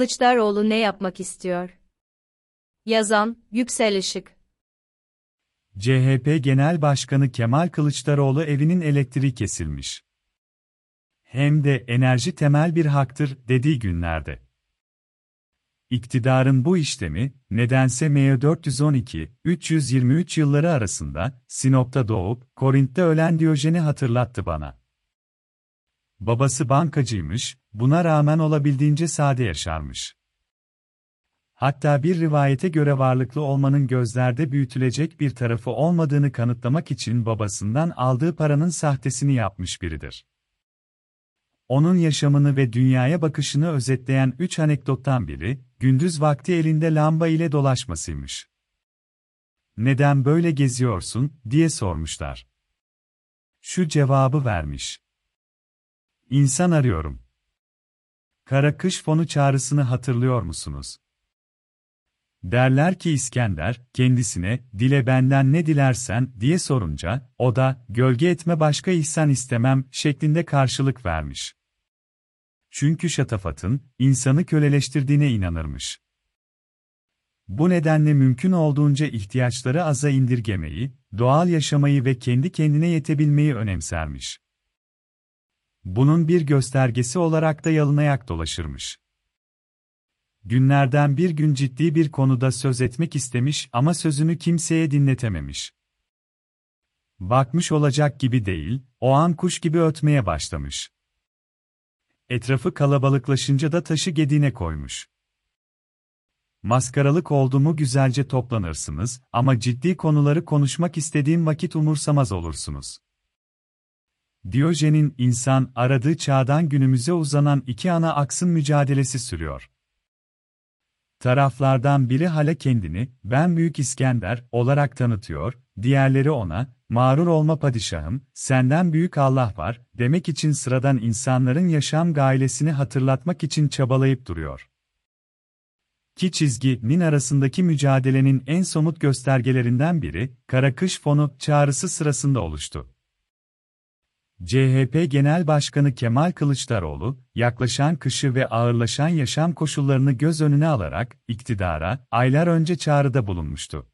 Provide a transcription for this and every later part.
Kılıçdaroğlu ne yapmak istiyor? Yazan, Yüksel Işık. CHP Genel Başkanı Kemal Kılıçdaroğlu evinin elektriği kesilmiş. Hem de enerji temel bir haktır dediği günlerde. İktidarın bu işlemi, nedense ME 412-323 yılları arasında Sinop'ta doğup Korint'te ölen Diyojen'i hatırlattı bana. Babası bankacıymış, buna rağmen olabildiğince sade yaşarmış. Hatta bir rivayete göre varlıklı olmanın gözlerde büyütülecek bir tarafı olmadığını kanıtlamak için babasından aldığı paranın sahtesini yapmış biridir. Onun yaşamını ve dünyaya bakışını özetleyen 3 anekdottan biri, gündüz vakti elinde lamba ile dolaşmasıymış. "Neden böyle geziyorsun?" diye sormuşlar. Şu cevabı vermiş: "İnsan arıyorum." Kara kış fonu çağrısını hatırlıyor musunuz? Derler ki İskender, kendisine, "Dile benden ne dilersen," diye sorunca, o da, "Gölge etme başka ihsan istemem," şeklinde karşılık vermiş. Çünkü şatafatın, insanı köleleştirdiğine inanırmış. Bu nedenle mümkün olduğunca ihtiyaçları aza indirgemeyi, doğal yaşamayı ve kendi kendine yetebilmeyi önemsermiş. Bunun bir göstergesi olarak da yalınayak dolaşırmış. Günlerden bir gün ciddi bir konuda söz etmek istemiş ama sözünü kimseye dinletememiş. Bakmış olacak gibi değil, o an kuş gibi ötmeye başlamış. Etrafı kalabalıklaşınca da taşı gediğine koymuş. "Maskaralık oldu mu güzelce toplanırsınız ama ciddi konuları konuşmak istediğim vakit umursamaz olursunuz." Diyojen'in insan aradığı çağdan günümüze uzanan iki ana aksın mücadelesi sürüyor. Taraflardan biri hala kendini, "Ben Büyük İskender," olarak tanıtıyor, diğerleri ona, "Mağrur olma padişahım, senden büyük Allah var," demek için sıradan insanların yaşam gailesini hatırlatmak için çabalayıp duruyor. İki çizginin arasındaki mücadelenin en somut göstergelerinden biri, kara kış fonu çağrısı sırasında oluştu. CHP Genel Başkanı Kemal Kılıçdaroğlu, yaklaşan kışı ve ağırlaşan yaşam koşullarını göz önüne alarak, iktidara, aylar önce çağrıda bulunmuştu.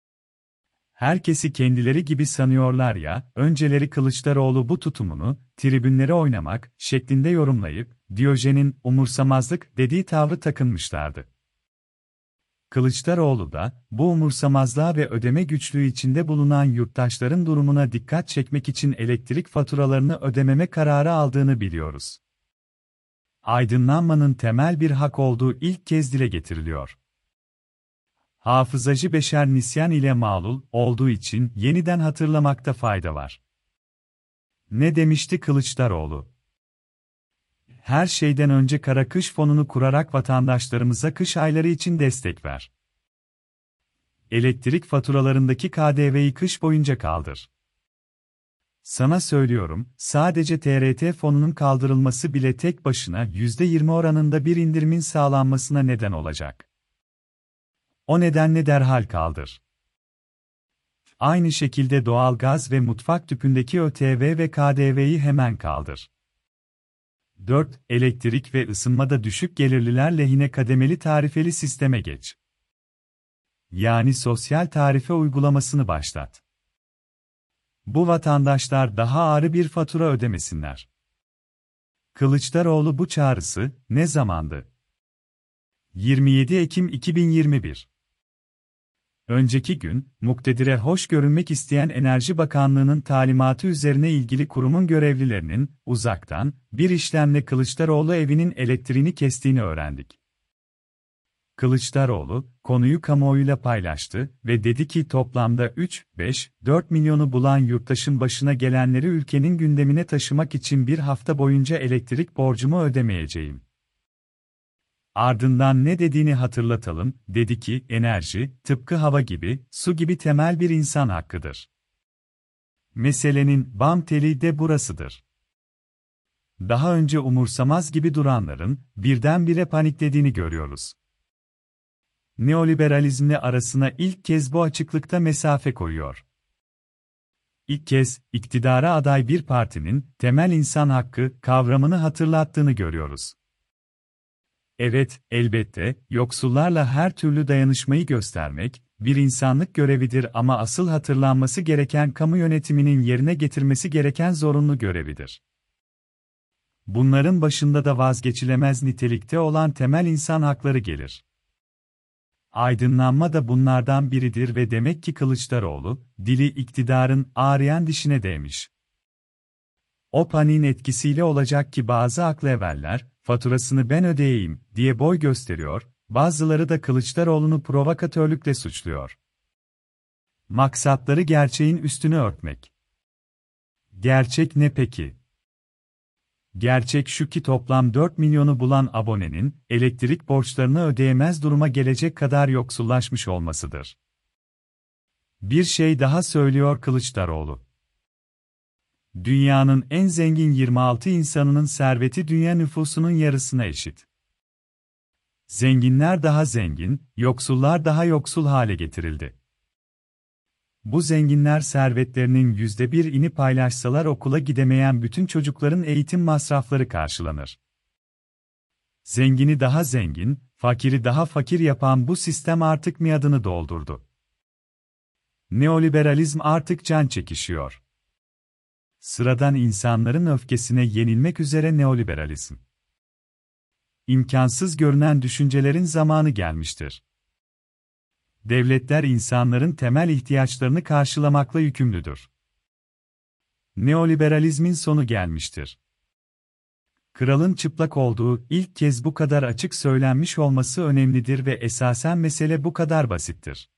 "Herkesi kendileri gibi sanıyorlar ya," önceleri Kılıçdaroğlu bu tutumunu, "tribünlere oynamak," şeklinde yorumlayıp, Diyojen'in "umursamazlık" dediği tavrı takınmışlardı. Kılıçdaroğlu da, bu umursamazlığa ve ödeme güçlüğü içinde bulunan yurttaşların durumuna dikkat çekmek için elektrik faturalarını ödememe kararı aldığını biliyoruz. Aydınlanmanın temel bir hak olduğu ilk kez dile getiriliyor. Hafızacı beşer nisyan ile mağlul olduğu için yeniden hatırlamakta fayda var. Ne demişti Kılıçdaroğlu? "Her şeyden önce kara kış fonunu kurarak vatandaşlarımıza kış ayları için destek ver. Elektrik faturalarındaki KDV'yi kış boyunca kaldır. Sana söylüyorum, sadece TRT fonunun kaldırılması bile tek başına %20 oranında bir indirimin sağlanmasına neden olacak. O nedenle derhal kaldır. Aynı şekilde doğalgaz ve mutfak tüpündeki ÖTV ve KDV'yi hemen kaldır. 4. Elektrik ve ısınmada düşük gelirliler lehine kademeli tarifeli sisteme geç. Yani sosyal tarife uygulamasını başlat. Bu vatandaşlar daha ağır bir fatura ödemesinler." Kılıçdaroğlu bu çağrısı ne zamandı? 27 Ekim 2021. Önceki gün, muktedire hoş görünmek isteyen Enerji Bakanlığı'nın talimatı üzerine ilgili kurumun görevlilerinin, uzaktan, bir işlemle Kılıçdaroğlu evinin elektriğini kestiğini öğrendik. Kılıçdaroğlu, konuyu kamuoyuyla paylaştı ve dedi ki toplamda 3-5-4 milyonu bulan yurttaşın başına gelenleri ülkenin gündemine taşımak için bir hafta boyunca elektrik borcumu ödemeyeceğim. Ardından ne dediğini hatırlatalım, dedi ki, enerji, tıpkı hava gibi, su gibi temel bir insan hakkıdır. Meselenin bam teli de burasıdır. Daha önce umursamaz gibi duranların, birdenbire paniklediğini görüyoruz. Neoliberalizmle arasına ilk kez bu açıklıkta mesafe koyuyor. İlk kez, iktidara aday bir partinin, temel insan hakkı kavramını hatırlattığını görüyoruz. Evet, elbette, yoksullarla her türlü dayanışmayı göstermek, bir insanlık görevidir ama asıl hatırlanması gereken kamu yönetiminin yerine getirmesi gereken zorunlu görevidir. Bunların başında da vazgeçilemez nitelikte olan temel insan hakları gelir. Aydınlanma da bunlardan biridir ve demek ki Kılıçdaroğlu, dili iktidarın ağrıyan dişine değmiş. O paniğin etkisiyle olacak ki bazı aklıeveller, faturasını ben ödeyeyim, diye boy gösteriyor, bazıları da Kılıçdaroğlu'nu provokatörlükle suçluyor. Maksatları gerçeğin üstünü örtmek. Gerçek ne peki? Gerçek şu ki toplam 4 milyonu bulan abonenin, elektrik borçlarını ödeyemez duruma gelecek kadar yoksullaşmış olmasıdır. Bir şey daha söylüyor Kılıçdaroğlu. Dünyanın en zengin 26 insanının serveti dünya nüfusunun yarısına eşit. Zenginler daha zengin, yoksullar daha yoksul hale getirildi. Bu zenginler servetlerinin %1'ini paylaşsalar okula gidemeyen bütün çocukların eğitim masrafları karşılanır. Zengini daha zengin, fakiri daha fakir yapan bu sistem artık miadını doldurdu. Neoliberalizm artık can çekişiyor. Sıradan insanların öfkesine yenilmek üzere neoliberalizm. İmkansız görünen düşüncelerin zamanı gelmiştir. Devletler insanların temel ihtiyaçlarını karşılamakla yükümlüdür. Neoliberalizmin sonu gelmiştir. Kralın çıplak olduğu ilk kez bu kadar açık söylenmiş olması önemlidir ve esasen mesele bu kadar basittir.